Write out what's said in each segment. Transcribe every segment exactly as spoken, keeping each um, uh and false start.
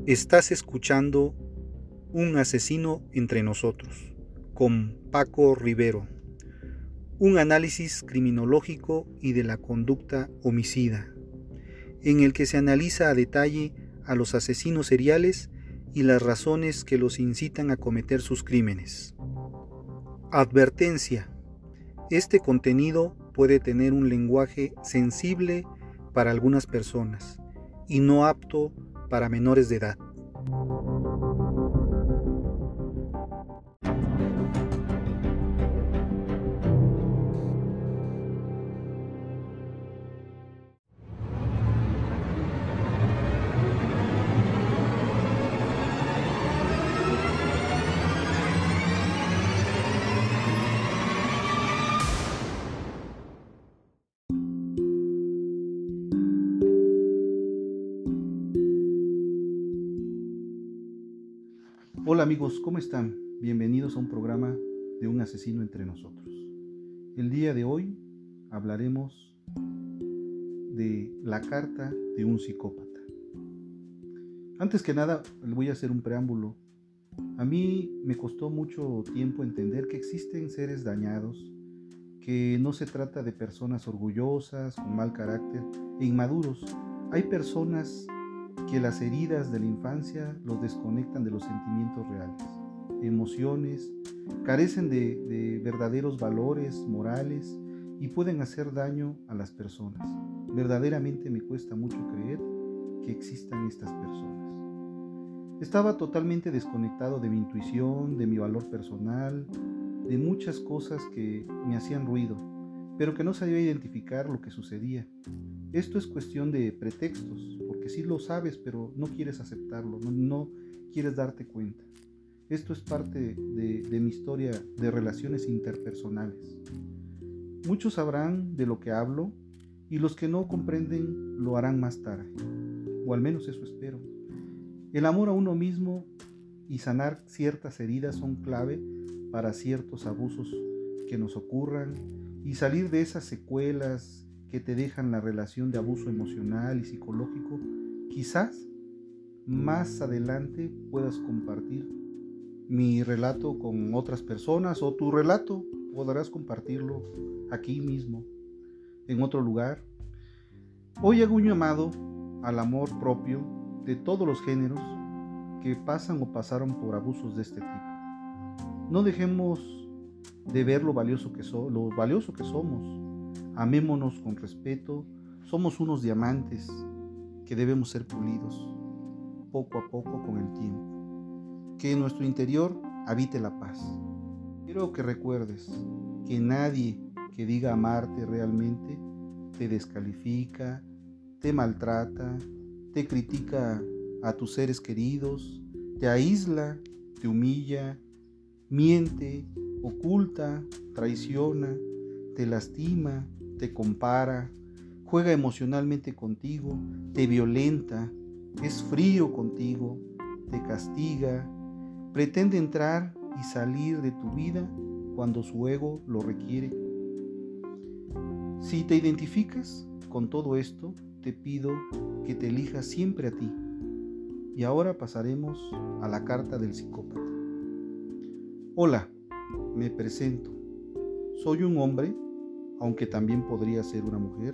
Estás escuchando Un asesino entre nosotros, con Paco Rivero, un análisis criminológico y de la conducta homicida, en el que se analiza a detalle a los asesinos seriales y las razones que los incitan a cometer sus crímenes. Advertencia: este contenido puede tener un lenguaje sensible para algunas personas y no apto para menores de edad. Hola amigos, ¿cómo están? Bienvenidos a un programa de Un asesino entre nosotros. El día de hoy hablaremos de la carta de un psicópata. Antes que nada, le voy a hacer un preámbulo. A mí me costó mucho tiempo entender que existen seres dañados, que no se trata de personas orgullosas, con mal carácter e inmaduros. Hay personas que las heridas de la infancia los desconectan de los sentimientos reales, emociones, carecen de, de verdaderos valores morales y pueden hacer daño a las personas. Verdaderamente me cuesta mucho creer que existan estas personas. Estaba totalmente desconectado de mi intuición, de mi valor personal, de muchas cosas que me hacían ruido, pero que no sabía identificar lo que sucedía. Esto es cuestión de pretextos, porque sí lo sabes, pero no quieres aceptarlo, no, no quieres darte cuenta. Esto es parte de, de mi historia de relaciones interpersonales. Muchos sabrán de lo que hablo y los que no comprenden lo harán más tarde, o al menos eso espero. El amor a uno mismo y sanar ciertas heridas son clave para ciertos abusos que nos ocurran y salir de esas secuelas que te dejan la relación de abuso emocional y psicológico. Quizás más adelante puedas compartir mi relato con otras personas, o tu relato podrás compartirlo aquí mismo, en otro lugar. Hoy hago un llamado al amor propio de todos los géneros que pasan o pasaron por abusos de este tipo. No dejemos de ver lo valioso que, so, lo valioso que somos. Amémonos con respeto. Somos unos diamantes que debemos ser pulidos poco a poco con el tiempo. Que en nuestro interior habite la paz. Quiero que recuerdes que nadie que diga amarte realmente te descalifica, te maltrata, te critica a tus seres queridos, te aísla, te humilla, miente, oculta, traiciona, te lastima, te compara, juega emocionalmente contigo, te violenta, es frío contigo, te castiga, pretende entrar y salir de tu vida cuando su ego lo requiere. Si te identificas con todo esto, te pido que te elijas siempre a ti. Y ahora pasaremos a la carta del psicópata. Hola, me presento. Soy un hombre, aunque también podría ser una mujer.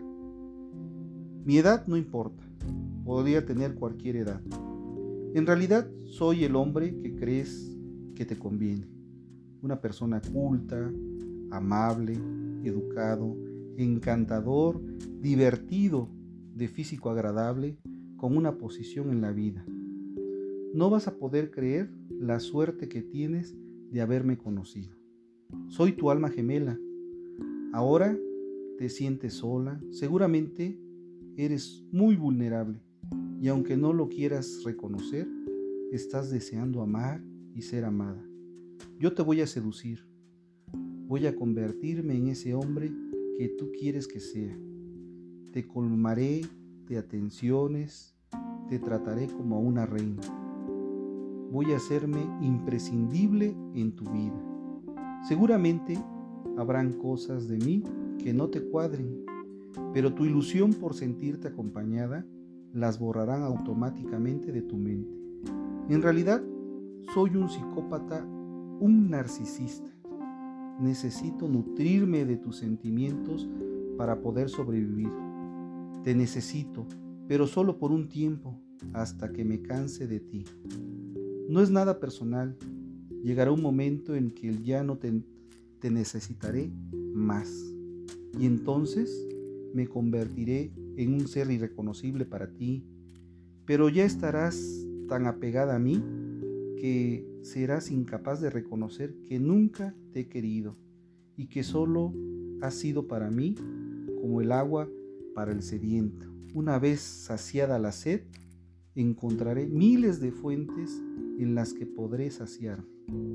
Mi edad no importa, podría tener cualquier edad. En realidad soy el hombre que crees que te conviene. Una persona culta, amable, educado, encantador, divertido, de físico agradable, con una posición en la vida. No vas a poder creer la suerte que tienes de haberme conocido. Soy tu alma gemela. Ahora te sientes sola, seguramente eres muy vulnerable y aunque no lo quieras reconocer, estás deseando amar y ser amada. Yo te voy a seducir, voy a convertirme en ese hombre que tú quieres que sea. Te colmaré de atenciones, te trataré como a una reina. Voy a hacerme imprescindible en tu vida. Seguramente habrán cosas de mí que no te cuadren, pero tu ilusión por sentirte acompañada las borrarán automáticamente de tu mente. En realidad, soy un psicópata, un narcisista. Necesito nutrirme de tus sentimientos para poder sobrevivir. Te necesito, pero solo por un tiempo, hasta que me canse de ti. No es nada personal. Llegará un momento en que ya no te, te necesitaré más. Y entonces me convertiré en un ser irreconocible para ti. Pero ya estarás tan apegada a mí que serás incapaz de reconocer que nunca te he querido y que solo has sido para mí como el agua para el sediento. Una vez saciada la sed, encontraré miles de fuentes en las que podré saciarme.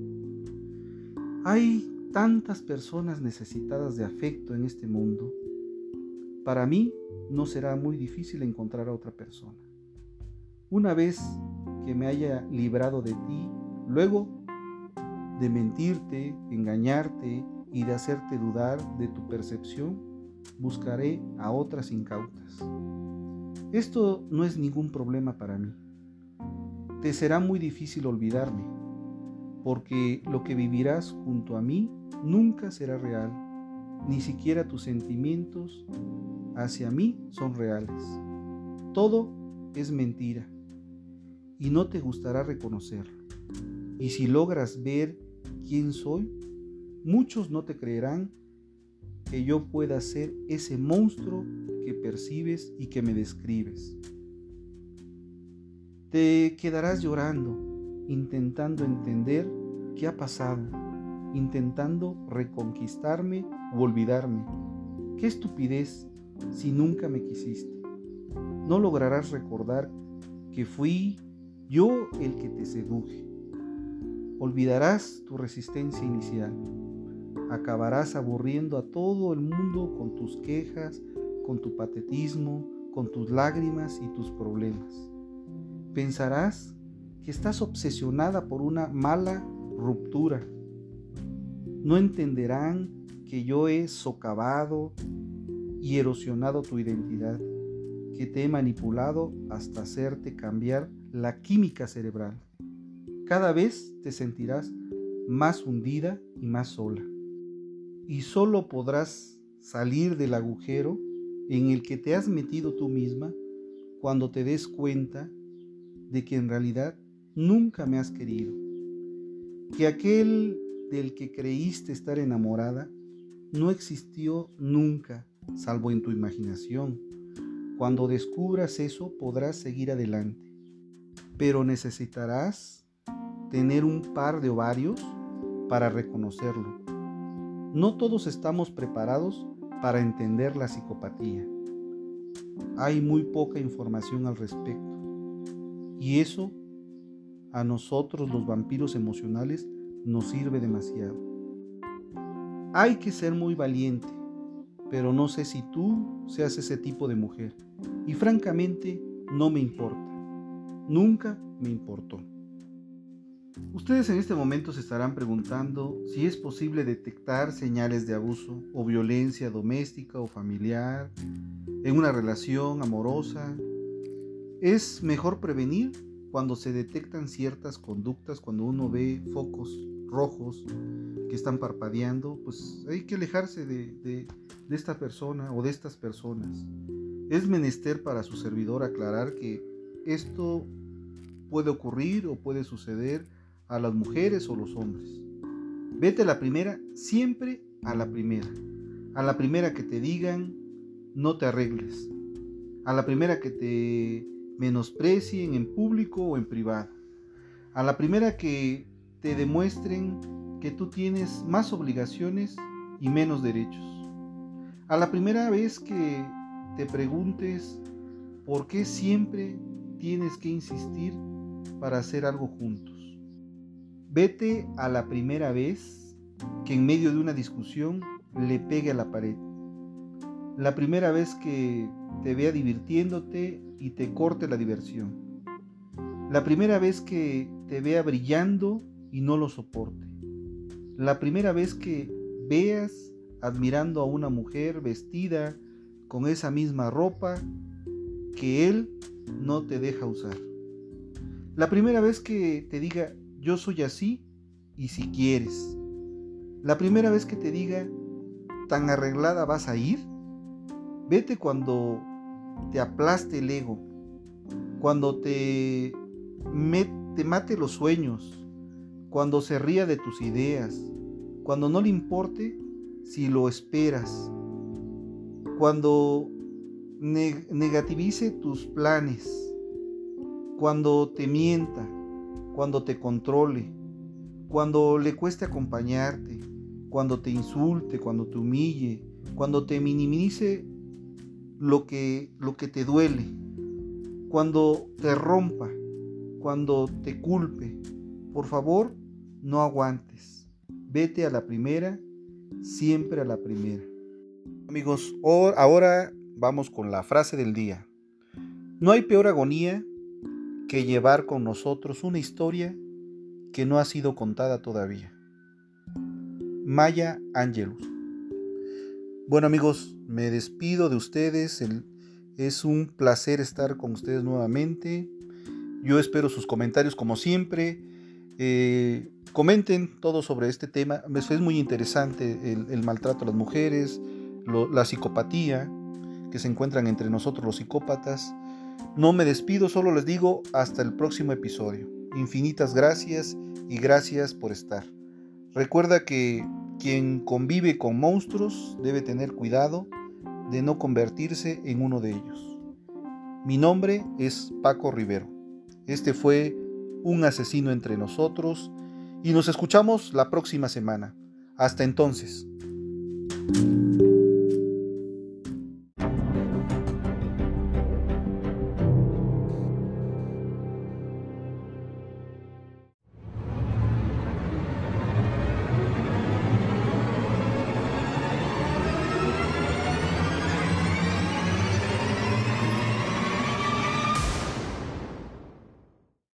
Hay tantas personas necesitadas de afecto en este mundo. Para mí no será muy difícil encontrar a otra persona. Una vez que me haya librado de ti, luego de mentirte, engañarte y de hacerte dudar de tu percepción, buscaré a otras incautas. Esto no es ningún problema para mí. Te será muy difícil olvidarme, porque lo que vivirás junto a mí nunca será real, ni siquiera tus sentimientos hacia mí son reales. Todo es mentira y no te gustará reconocerlo. Y si logras ver quién soy, muchos no te creerán que yo pueda ser ese monstruo que percibes y que me describes. Te quedarás llorando, intentando entender qué ha pasado, intentando reconquistarme u olvidarme. ¡Qué estupidez si nunca me quisiste! No lograrás recordar que fui yo el que te seduje. Olvidarás tu resistencia inicial. Acabarás aburriendo a todo el mundo con tus quejas, con tu patetismo, con tus lágrimas y tus problemas. Pensarás que estás obsesionada por una mala ruptura. No entenderán que yo he socavado y erosionado tu identidad, que te he manipulado hasta hacerte cambiar la química cerebral. Cada vez te sentirás más hundida y más sola. Y solo podrás salir del agujero en el que te has metido tú misma cuando te des cuenta de que en realidad nunca me has querido, que aquel del que creíste estar enamorada no existió nunca, salvo en tu imaginación. Cuando descubras eso podrás seguir adelante, pero necesitarás tener un par de ovarios para reconocerlo. No todos estamos preparados para entender la psicopatía. Hay muy poca información al respecto. Y eso, a nosotros los vampiros emocionales, nos sirve demasiado. Hay que ser muy valiente, pero no sé si tú seas ese tipo de mujer. Y francamente, no me importa. Nunca me importó. Ustedes en este momento se estarán preguntando si es posible detectar señales de abuso o violencia doméstica o familiar en una relación amorosa. Es mejor prevenir cuando se detectan ciertas conductas, cuando uno ve focos rojos que están parpadeando, pues hay que alejarse de, de, de esta persona o de estas personas. Es menester para su servidor aclarar que esto puede ocurrir o puede suceder a las mujeres o los hombres. Vete a la primera, siempre a la primera. A la primera que te digan, no te arregles. A la primera que te menosprecien en público o en privado. A la primera que te demuestren que tú tienes más obligaciones y menos derechos. A la primera vez que te preguntes por qué siempre tienes que insistir para hacer algo juntos. Vete a la primera vez que en medio de una discusión le pegue a la pared. La primera vez que te vea divirtiéndote y te corte la diversión. La primera vez que te vea brillando y no lo soporte. La primera vez que veas admirando a una mujer vestida con esa misma ropa que él no te deja usar. La primera vez que te diga, yo soy así y si quieres. La primera vez que te diga, tan arreglada vas a ir. Vete cuando te aplaste el ego, cuando te, me, te mate los sueños, cuando se ría de tus ideas, cuando no le importe si lo esperas, cuando ne- negativice tus planes, cuando te mienta, cuando te controle, cuando le cueste acompañarte, cuando te insulte, cuando te humille, cuando te minimice lo que, lo que te duele, cuando te rompa, cuando te culpe. Por favor, no aguantes. Vete a la primera, siempre a la primera. Amigos, ahora vamos con la frase del día. No hay peor agonía que llevar con nosotros una historia que no ha sido contada todavía. Maya Angelou. Bueno, amigos, me despido de ustedes. El, es un placer estar con ustedes nuevamente. Yo espero sus comentarios como siempre. Eh, comenten todo sobre este tema. Es muy interesante el, el maltrato a las mujeres, lo, la psicopatía que se encuentran entre nosotros los psicópatas. No me despido, solo les digo hasta el próximo episodio. Infinitas gracias y gracias por estar. Recuerda que quien convive con monstruos debe tener cuidado de no convertirse en uno de ellos. Mi nombre es Paco Rivero. Este fue Un Asesino Entre Nosotros y nos escuchamos la próxima semana. Hasta entonces.